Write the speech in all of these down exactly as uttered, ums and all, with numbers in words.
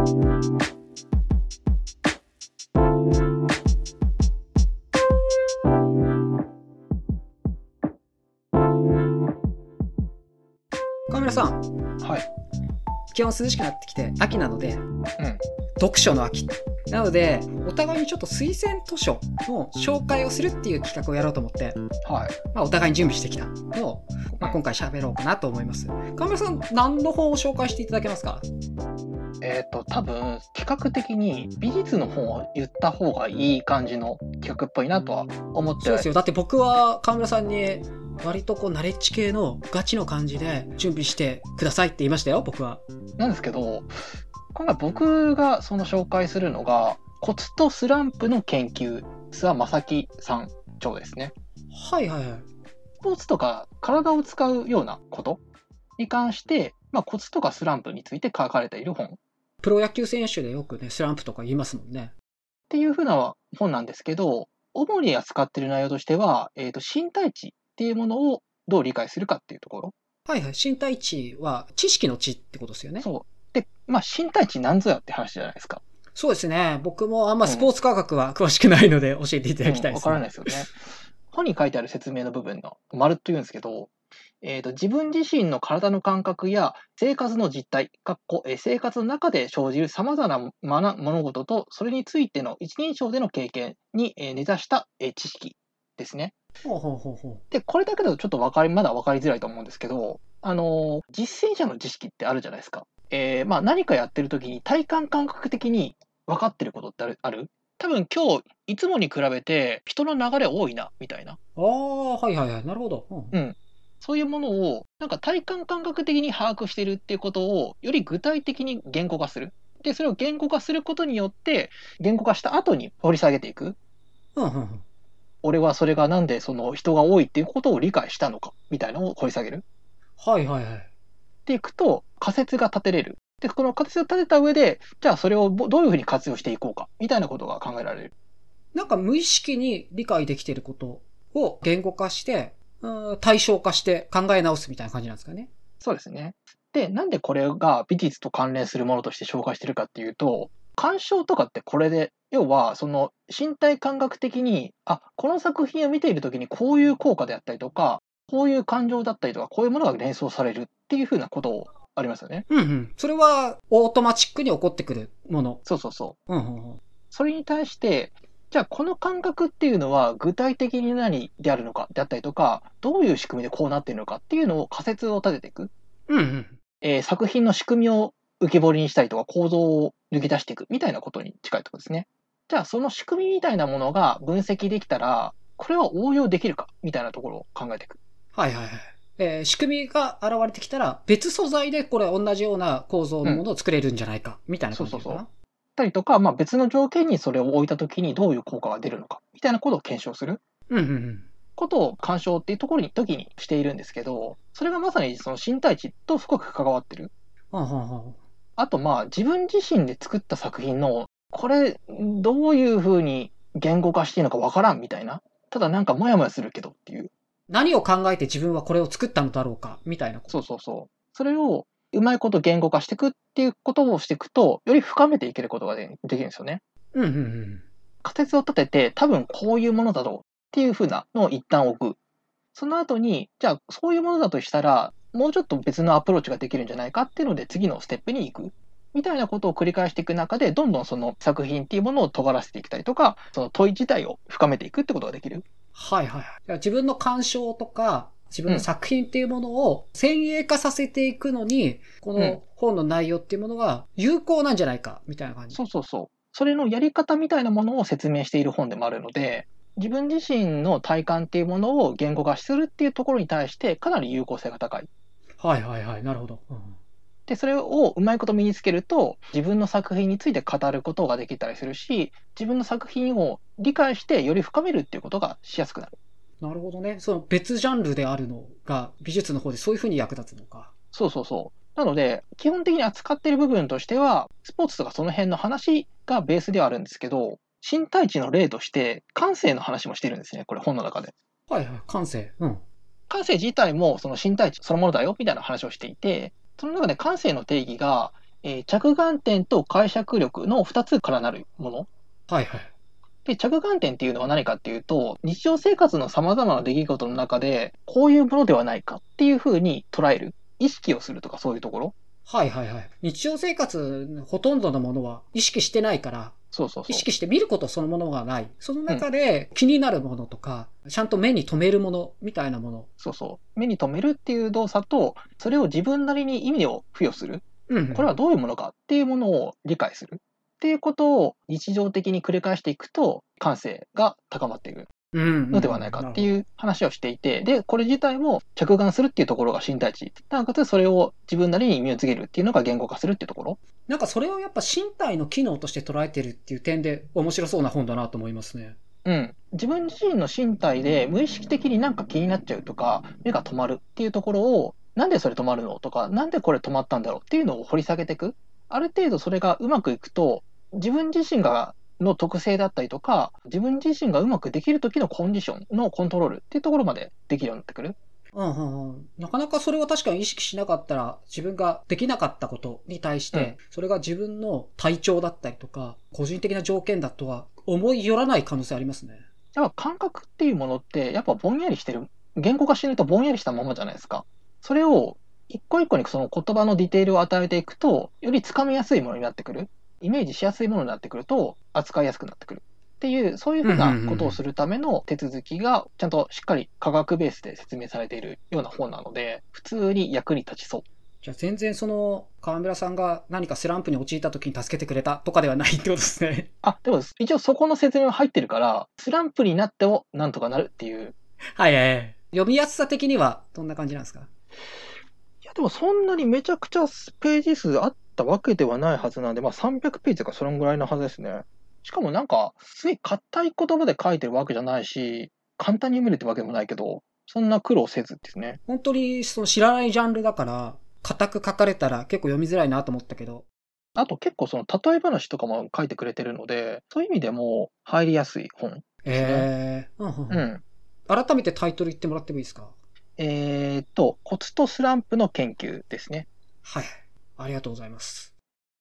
川村さん、 はい。 気温涼しくなってきて秋なので、 うん。 読書の秋なので、お互いにちょっと推薦図書の紹介をするっていう企画をやろうと思って、 はい。 まあ、お互いに準備してきたのを、まあ、今回喋ろうかなと思います。川村さん、何の本を紹介していただけますか？ えっと、多分、企画的に美術の本を言った方がいい感じの企画っぽいなとは思って。 そうですよ。だって僕は川村さんに割とこうナレッジ系のガチの感じで準備してくださいって言いましたよ、僕は。 なんですけど、今回僕がその紹介するのが、コツとスランプの研究、諏訪正樹さん著ですね。 はいはいはい。 スポーツとか体を使うようなことに関して、まあ、コツとかスランプについて書かれている本っプロ野球選手でよくね、スランプとか言いますもんね。 ていう風な本なんですけど、主に扱っている内容としては、えーと、身体値っていうものをどう理解するかっていうところ。 はいはい。身体値は知識の知ってことですよね。 そう。で、まあ、身体値なんぞやって話じゃないですか。 そうですね。僕もあんまスポーツ科学は詳しくないので教えていただきたいですね。 うん、わからないですよね。本に書いてある説明の部分の丸と言うんですけど、えーと、自分自身の体の感覚や生活の実態、かっこえー生活の中で生じる様々なまな物事と、それについての一人称での経験にえー根ざしたえー知識ですね。 ほうほうほうほう。 で、これだけだとちょっとわかり、まだ分かりづらいと思うんですけど、あのー実践者の知識ってあるじゃないですか。えーまあ、何かやってる時に体感感覚的に分かってることってあるある多分今日、いつもに比べて人の流れ多いな、みたいな。 ああ、はいはいはい。なるほど。うんうん。そういうものを、なんか体感感覚的に把握してるっていうことを、より具体的に言語化する。で、それを言語化することによって、言語化した後に掘り下げていく。 うんうんうん。 俺はそれがなんでその人が多いっていうことを理解したのか、みたいなのを掘り下げる。 はいはいはい。 っていくと仮説が立てれる。で、この仮説を立てた上で、じゃあそれをどういうふうに活用していこうか、みたいなことが考えられる。 なんか無意識に理解できていることを言語化して、うん、対象化して考え直すみたいな感じなんですかね。 そうですね。で、なんでこれが美術と関連するものとして紹介してるかっていうと、鑑賞とかってこれで、要はその身体感覚的に、あ、この作品を見ているときにこういう効果であったりとか、こういう感情だったりとか、こういうものが連想されるっていうふうなことをありますよね。 うんうん。それはオートマチックに起こってくるもの。 そうそうそう。 うんうんうん。 それに対して、じゃあこの感覚っていうのは具体的に何であるのかであったりとか、どういう仕組みでこうなっているのかっていうのを仮説を立てていく。 うんうん。 えー作品の仕組みを浮き彫りにしたりとか構造を抜き出していくみたいなことに近いところですね。じゃあその仕組みみたいなものが分析できたら、これは応用できるかみたいなところを考えていく。 はいはいはい。えー仕組みが現れてきたら別素材でこれ同じような構造のものを作れるんじゃないか、みたいな感じかな。 そうそうそう。たりとか、まあ、別の条件にそれを置いたときにどういう効果が出るのかみたいなことを検証するうんうんうん。 ことを鑑賞っていうところに時にしているんですけど、それがまさにその身体値と深く関わってる。 はあはあはあ。 あとまあ自分自身で作った作品のこれどういうふうに言語化していいのかわからんみたいな。ただなんかモヤモヤするけどっていう。 何を考えて自分はこれを作ったのだろうか、みたいなこと。 そうそうそう。それをうまいこと言語化していくっていうことをしていくと、より深めていけることがでできるんですよね。 うんうんうん。 仮説を立てて、多分こういうものだろうっていうふうなのを一旦置く。その後に、じゃあそういうものだとしたら、もうちょっと別のアプローチができるんじゃないかっていうので、次のステップに行く。みたいなことを繰り返していく中で、どんどんその作品っていうものを尖らせていったりとか、その問い自体を深めていくってことができる。 はいはいはい。だから自分の鑑賞とか、自分のうん。 作品っていうものを先鋭化させていくのに、こうん。 の本の内容っていうものが有効なんじゃないか、みたいな感じ。 そうそうそう。それのやり方みたいなものを説明している本でもあるので、自分自身の体感っていうものを言語化するっていうところに対してかなり有効性が高い。 はいはいはい。なるほど。うん、 で、それをうまいこと身につけると、自分の作品について語ることができたりするし、自分の作品を理解してより深めるっていうことがしやすくなる。 なるほどね。その別ジャンルであるのが美術の方でそういうふうに役立つのか。 そうそうそう。なので、基本的に扱っている部分としては、スポーツとかその辺の話がベースではあるんですけど、身体値の例として、感性の話もしてるんですね、これ本の中で。 はいはい。感性。うん。 感性自体もその身体値そのものだよみたいな話をしていて、その中で感性の定義が、 えー着眼点と解釈力のふたつからなるもの。 はいはい。 で、着眼点っていうのは何かっていうと、日常生活の様々な出来事の中で、こういうものではないかっていうふうに捉える。意識をするとかそういうところ。 はいはいはい。日常生活、ほとんどのものは意識してないから、 そうそうそう。 意識して見ることそのものがない。その中で気になるものとか、ちゃんと目に留めるものみたいなもの。 そうそう。目に留めるっていう動作と、それを自分なりに意味を付与する。 うんうん、 これはどういうものかっていうものを理解する。っていうことを日常的に繰り返していくと、感性が高まっていくのではないかっていう話をしていて、で、これ自体も着眼するっていうところが身体値。なおかつそれを自分なりに意味を付けるっていうのが言語化するっていうところ。 なんかそれをやっぱ身体の機能として捉えてるっていう点で面白そうな本だなと思いますね。 うん。自分自身の身体で無意識的になんか気になっちゃうとか、目が止まるっていうところを、なんでそれ止まるのとか、なんでこれ止まったんだろうっていうのを掘り下げていく。ある程度それがうまくいくと、自分自身がの特性だったりとか、自分自身がうまくできる時のコンディションのコントロールっていうところまでできるようになってくる。 うんうんうん、なかなかそれは確かに意識しなかったら自分ができなかったことに対して、うん、それが自分の体調だったりとか個人的な条件だとは思い寄らない可能性ありますね。 やっぱ感覚っていうものってやっぱぼんやりしてる。言語化しないとぼんやりしたままじゃないですか。それを一個一個にその言葉のディテールを与えていくと、よりつかみやすいものになってくる。イメージしやすいものになってくると、扱いやすくなってくる。っていう、そういうふうなことをするための手続きが、ちゃんとしっかり科学ベースで説明されているような本なので、普通に役に立ちそう。 じゃあ全然その、河村さんが何かスランプに陥った時に助けてくれたとかではないってことですね。 あ、でも一応そこの説明は入ってるから、スランプになってもなんとかなるっていう。 はいはいはい。読みやすさ的にはどんな感じなんですか？ いや、でもそんなにめちゃくちゃページ数あったわけではないはずなんで、まあさんびゃくページとかそれぐらいのはずですね。しかもなんか、すげえ硬い言葉で書いてるわけじゃないし、簡単に読めるってわけでもないけど、そんな苦労せずですね。 本当にその知らないジャンルだから、硬く書かれたら結構読みづらいなと思ったけど。 あと結構その例え話とかも書いてくれてるので、そういう意味でも入りやすい本ですね。 えー、うんうんうん。改めてタイトル言ってもらってもいいですか？ えーっと、コツとスランプの研究ですね。 はい。ありがとうございます。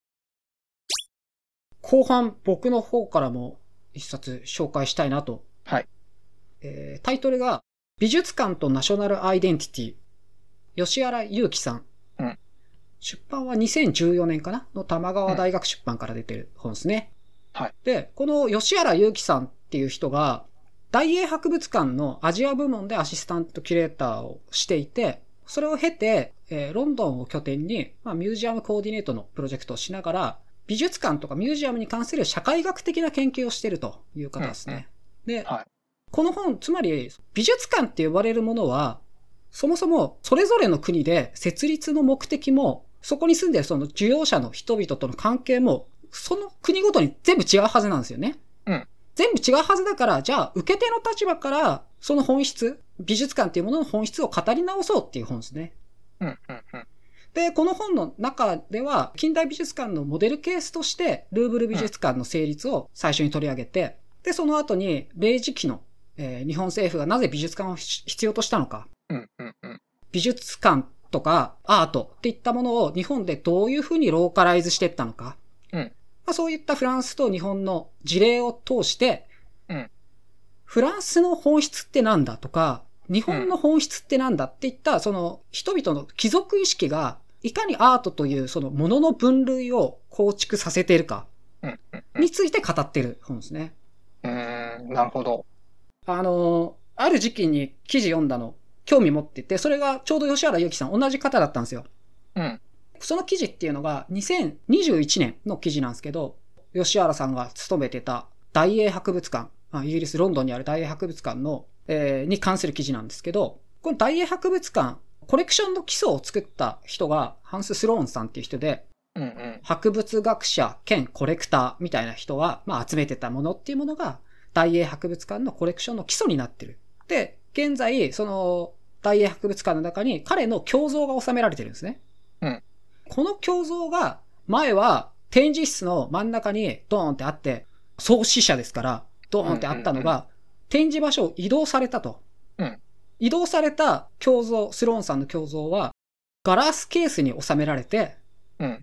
後半、僕の方からも一冊紹介したいなと。 はい。 えー、タイトルが、美術館とナショナルアイデンティティ。吉原祐樹さん。 うん。 出版はにせんじゅうよねんかなの玉川大学出版から出てる本ですね。 うん、はい。 で、この吉原祐樹さんっていう人が、大英博物館のアジア部門でアシスタントキュレーターをしていて、それを経て、えー、ロンドンを拠点に、まあ、ミュージアムコーディネートのプロジェクトをしながら、美術館とかミュージアムに関する社会学的な研究をしているという方ですね。うんうん、で、はい、この本、つまり美術館って呼ばれるものは、そもそもそれぞれの国で設立の目的も、そこに住んでいるその受容者の人々との関係も、その国ごとに全部違うはずなんですよね。 うん。 全部違うはずだから、じゃあ受け手の立場からその本質、美術館っていうものの本質を語り直そうっていう本ですね。 うんうんうん。 で、この本の中では、近代美術館のモデルケースとして、ルーブル美術館の成立を最初に取り上げて、で、その後に、明治期の、えー、日本政府がなぜ美術館を必要としたのか、 うんうんうん、 美術館とかアートっていったものを日本でどういうふうにローカライズしていったのか、 うんまあ、そういったフランスと日本の事例を通して、 うん、 フランスの本質ってなんだとか、日本の本質ってなんだっていった、その人々の貴族意識が、いかにアートというそのものの分類を構築させているかについて語っている本ですね。 うーん、なるほど。 あの、ある時期に記事読んだの、興味持ってて、それがちょうど吉原祐樹さん同じ方だったんですよ。 うん。 その記事っていうのがにせんにじゅういちねんの記事なんですけど、吉原さんが勤めてた大英博物館、イギリスロンドンにある大英博物館の、えー、に関する記事なんですけど、この大英博物館、コレクションの基礎を作った人がハンス・スローンさんっていう人で、 うんうん、 博物学者兼コレクターみたいな人が、まあ、集めてたものっていうものが大英博物館のコレクションの基礎になってる。で、現在、その大英博物館の中に彼の胸像が収められてるんですね。 うん、 この胸像が前は展示室の真ん中にドーンってあって、創始者ですからドーンってあったのが、展示場所を移動されたと。 うん移動された胸像、スローンさんの胸像は、ガラスケースに収められて、 うん、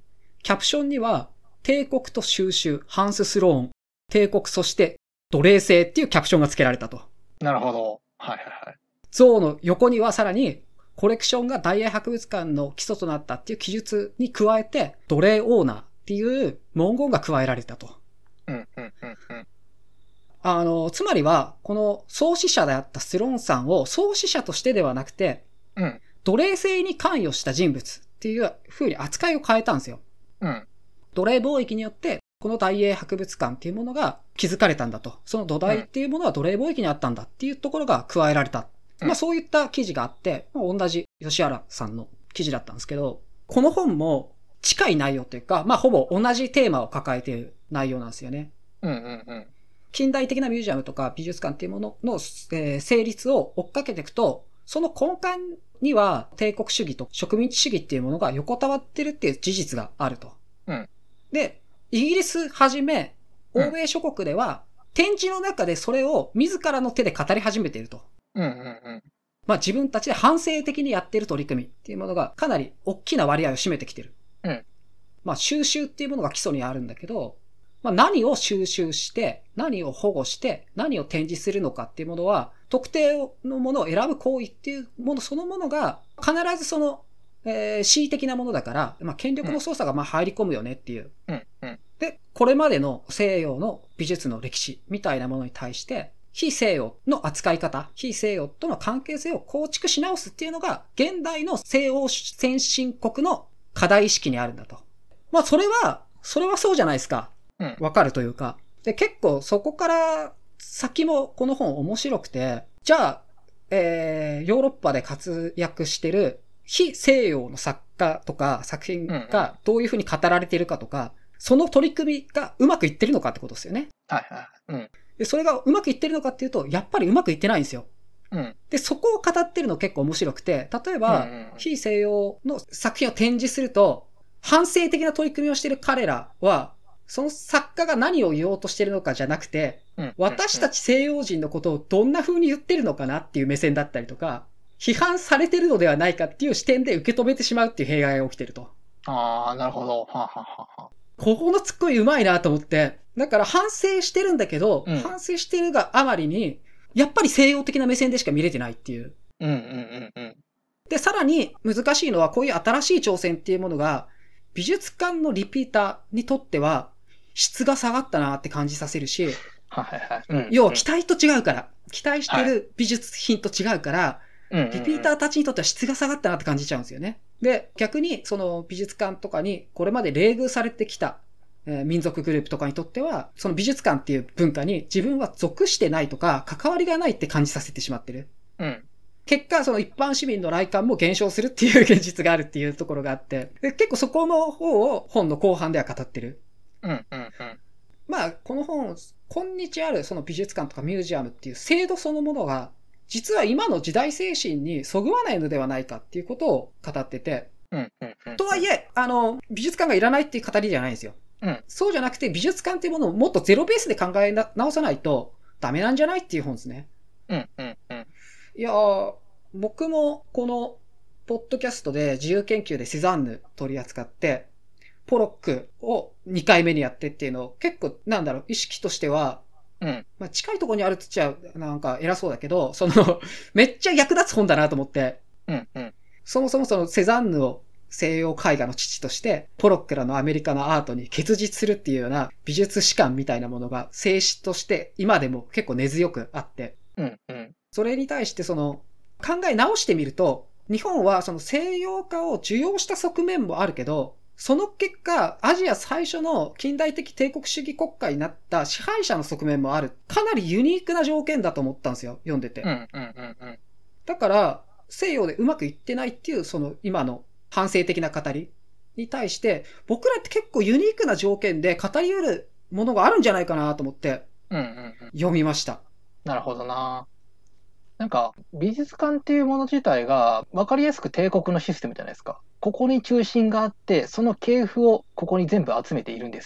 キャプションには、帝国と収集、ハンス・スローン、帝国そして奴隷制っていうキャプションが付けられたと。 なるほど。はいはいはい。 像の横にはさらに、コレクションが大英博物館の基礎となったっていう記述に加えて、奴隷オーナーっていう文言が加えられたと。 うんうんうんうん。 あの、つまりは、この創始者であったスローンさんを創始者としてではなくて、 うん、 奴隷制に関与した人物っていう風に扱いを変えたんですよ。 うん、 奴隷貿易によって、この大英博物館っていうものが築かれたんだと。その土台っていうものは奴隷貿易にあったんだっていうところが加えられた。うん、まあそういった記事があって、まあ、同じ吉原さんの記事だったんですけど、この本も近い内容というか、まあほぼ同じテーマを抱えている内容なんですよね。 うんうんうん。 近代的なミュージアムとか美術館っていうものの、えー、成立を追っかけていくと、その根幹には帝国主義と植民地主義っていうものが横たわってるっていう事実があると。 うん、 で、イギリスはじめ、欧米諸国では、展示の中でそれを自らの手で語り始めていると。 うんうんうん。 まあ自分たちで反省的にやっている取り組みっていうものがかなり大きな割合を占めてきている。 うん。まあ収集っていうものが基礎にあるんだけど、まあ何を収集して、何を保護して、何を展示するのかっていうものは、特定のものを選ぶ行為っていうものそのものが、必ずその、えー、恣意的なものだから、まあ権力の操作がまあ入り込むよねっていう。 うんうん。 で、これまでの西洋の美術の歴史みたいなものに対して、非西洋の扱い方、非西洋との関係性を構築し直すっていうのが、現代の西欧先進国の課題意識にあるんだと。まあそれは、それはそうじゃないですか。わかるというか。で、結構そこから先もこの本面白くて、じゃあ、えー、ヨーロッパで活躍してる非西洋の作家とか作品がどういうふうに語られているかとか、その取り組みがうまくいってるのかってことですよね。 はいはい。うん。 で、それがうまくいってるのかっていうと、やっぱりうまくいってないんですよ。 うん。 で、そこを語ってるの結構面白くて、例えば、うんうんうん、非西洋の作品を展示すると、反省的な取り組みをしている彼らは、その作家が何を言おうとしてるのかじゃなくて、うんうんうん、私たち西洋人のことをどんな風に言ってるのかなっていう目線だったりとか、批判されてるのではないかっていう視点で受け止めてしまうっていう弊害が起きてると。 ああ、なるほど。はあ、はあはあ、 ここのツッコミうまいなと思って。だから反省してるんだけど、うん、反省してるがあまりに、やっぱり西洋的な目線でしか見れてないっていう。 うんうんうんうん。 で、さらに難しいのはこういう新しい挑戦っていうものが、美術館のリピーターにとっては、質が下がったなって感じさせるし、 はいはい。うん、 要は期待と違うから、期待してる美術品と違うから、はい、リピーターたちにとっては質が下がったなって感じちゃうんですよね。で、逆にその美術館とかにこれまで冷遇されてきた、えー、民族グループとかにとっては、その美術館っていう文化に自分は属してないとか関わりがないって感じさせてしまってる。 うん。 結果、その一般市民の来館も減少するっていう現実があるっていうところがあって、で結構そこの方を本の後半では語ってる。 うんうんうん。 まあ、この本、今日あるその美術館とかミュージアムっていう制度そのものが、実は今の時代精神にそぐわないのではないかっていうことを語ってて、 うんうんうんうん、 とはいえ、あの、美術館がいらないっていう語りじゃないんですよ。 うん、 そうじゃなくて美術館っていうものをもっとゼロベースで考え直さないとダメなんじゃないっていう本ですね。 うんうんうん、 いやー、僕もこのポッドキャストで自由研究でセザンヌ取り扱って、ポロックをにかいめにやってっていうのを結構なんだろう、意識としては、 うんまあ、近いところにあるって言っちゃなんか偉そうだけど、そのめっちゃ役立つ本だなと思って、 うんうん、 そもそもそのセザンヌを西洋絵画の父として、ポロックらのアメリカのアートに結実するっていうような美術史観みたいなものが静止として今でも結構根強くあって、 うんうん、 それに対してその考え直してみると、日本はその西洋化を受容した側面もあるけど、その結果、アジア最初の近代的帝国主義国家になった支配者の側面もある。かなりユニークな条件だと思ったんですよ、読んでて。 うんうんうんうん、だから、西洋でうまくいってないっていう、その今の反省的な語りに対して、僕らって結構ユニークな条件で語り得るものがあるんじゃないかなと思って、読みました。 うんうんうん、なるほどな。なんか美術館っていうもの自体が分かりやすく帝国のシステムじゃないですか。ここに中心があって、その系譜をここに全部集めているんですよ。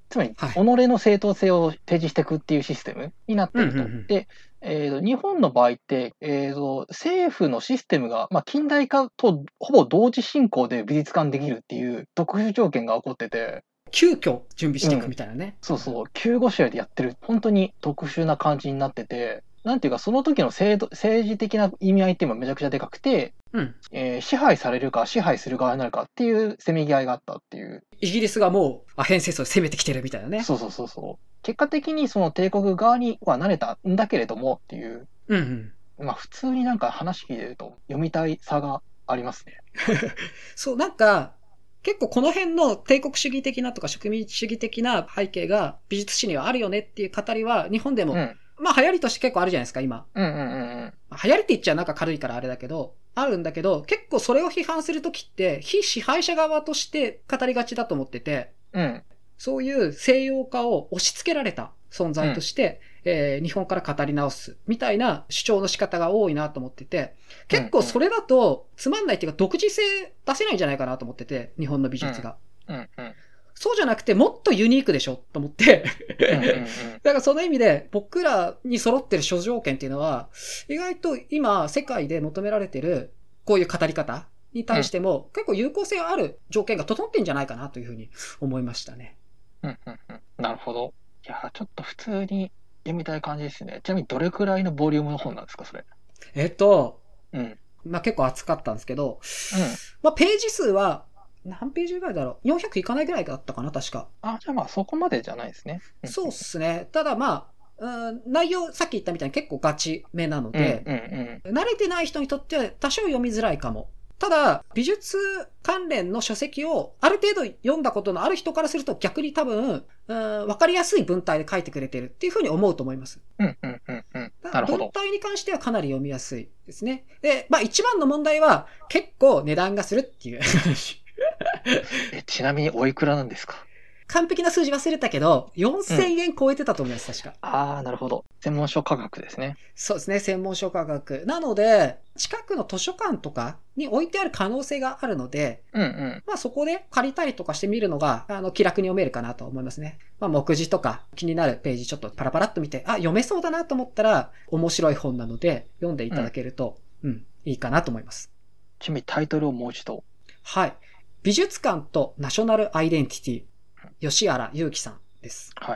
つまり、 はい己の正当性を提示していくっていうシステムになっていると。 うんうんうんで、えーと、日本の場合って、えーと、政府のシステムが、まあ、近代化とほぼ同時進行で美術館できるっていう特殊条件が起こってて、 急遽準備していくみたいなね。 そうそう、急ごしらえでやってる、本当に特殊な感じになってて、なんていうか、その時の制度政治的な意味合いっていうのもめちゃくちゃでかくて、 うん。 えー支配されるか支配する側になるかっていうせめぎ合いがあったっていう。 イギリスがもうアヘン戦争を攻めてきてるみたいなね。 そうそうそうそう。結果的にその帝国側にはなれたんだけれどもっていう、 うんうん。 まあ普通になんか話聞いてると読みたい差がありますね。 そう、なんか、結構この辺の帝国主義的なとか植民地主義的な背景が美術史にはあるよねっていう語りは日本でも、 うん。 まあ流行りとして結構あるじゃないですか、今。 うんうんうんうん。 流行りって言っちゃなんか軽いからあれだけど、あるんだけど、結構それを批判するときって、非支配者側として語りがちだと思ってて、 うん。 そういう西洋化を押し付けられた存在として、うんえー、日本から語り直すみたいな主張の仕方が多いなと思ってて、結構それだとつまんないっていうか独自性出せないんじゃないかなと思ってて、日本の美術が。 うんうんうん、 そうじゃなくてもっとユニークでしょと思ってうんうん、うん、 だからその意味で僕らに揃ってる諸条件っていうのは意外と今世界で求められてるこういう語り方に対しても結構有効性ある条件が整ってんじゃないかなというふうに思いましたね。 うんうんうん、なるほど。いやちょっと普通に読みたい感じですね。ちなみにどれくらいのボリュームの本なんですかそれ。 えっと、 うん、 まあ結構厚かったんですけど、 うん、 まあページ数は何ページぐらいだろう ?よんひゃく いかないぐらいだったかな確か。 あ、じゃあまあそこまでじゃないですね。 そうっすね。ただまあ、うん、内容さっき言ったみたいに結構ガチめなので、 うんうんうん、 慣れてない人にとっては多少読みづらいかも。ただ、美術関連の書籍をある程度読んだことのある人からすると逆に多分、うん、分かりやすい文体で書いてくれてるっていうふうに思うと思います。 うんうんうんうん。なるほど。 文体に関してはかなり読みやすいですね。で、まあ一番の問題は結構値段がするっていう話。 え、ちなみにおいくらなんですか？ 完璧な数字忘れたけど、よんせんえん超えてたと思います、確か。 ああ、なるほど。専門書価格ですね。 そうですね、専門書価格。なので、近くの図書館とかに置いてある可能性があるので、 うんうん。 まあそこで借りたりとかしてみるのが、あの、気楽に読めるかなと思いますね。まあ目次とか気になるページちょっとパラパラっと見て、あ、読めそうだなと思ったら、面白い本なので、読んでいただけると、うん、うん、いいかなと思います。 ちなみにタイトルをもう一度。 はい。美術館とナショナルアイデンティティ。吉原祐樹さんです。 はい。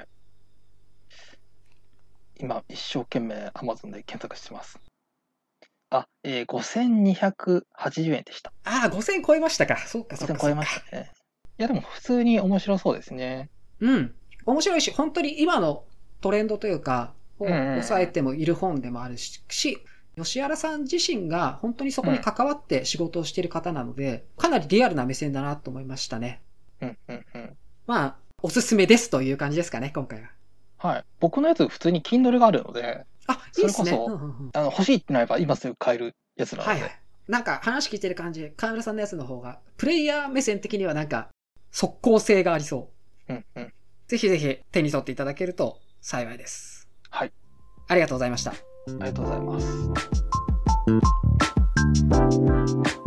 今、一生懸命 Amazon で検索してます。あ、えー、ごせんにひゃくはちじゅうえんでした。 ああ、ごせん超えましたか。そうか、そうか。 ごせん超えましたね。いや、でも普通に面白そうですね。 うん。面白いし、本当に今のトレンドというか、を抑えてもいる本でもあるし、吉原さん自身が本当にそこに関わって仕事をしている方なので、うん、かなりリアルな目線だなと思いましたね。 うんうんうん。 まあ、おすすめですという感じですかね、今回は。 はい。僕のやつ普通に Kindle があるので、 あ、いいですね。 それこそ、うんうんうん、あの欲しいってなれば今すぐ買えるやつなので。はいはい。 なんか話聞いてる感じ、河村さんのやつの方が、プレイヤー目線的にはなんか、即効性がありそう。うんうん。ぜひぜひ手に取っていただけると幸いです。 はい。 ありがとうございました。ありがとうございます。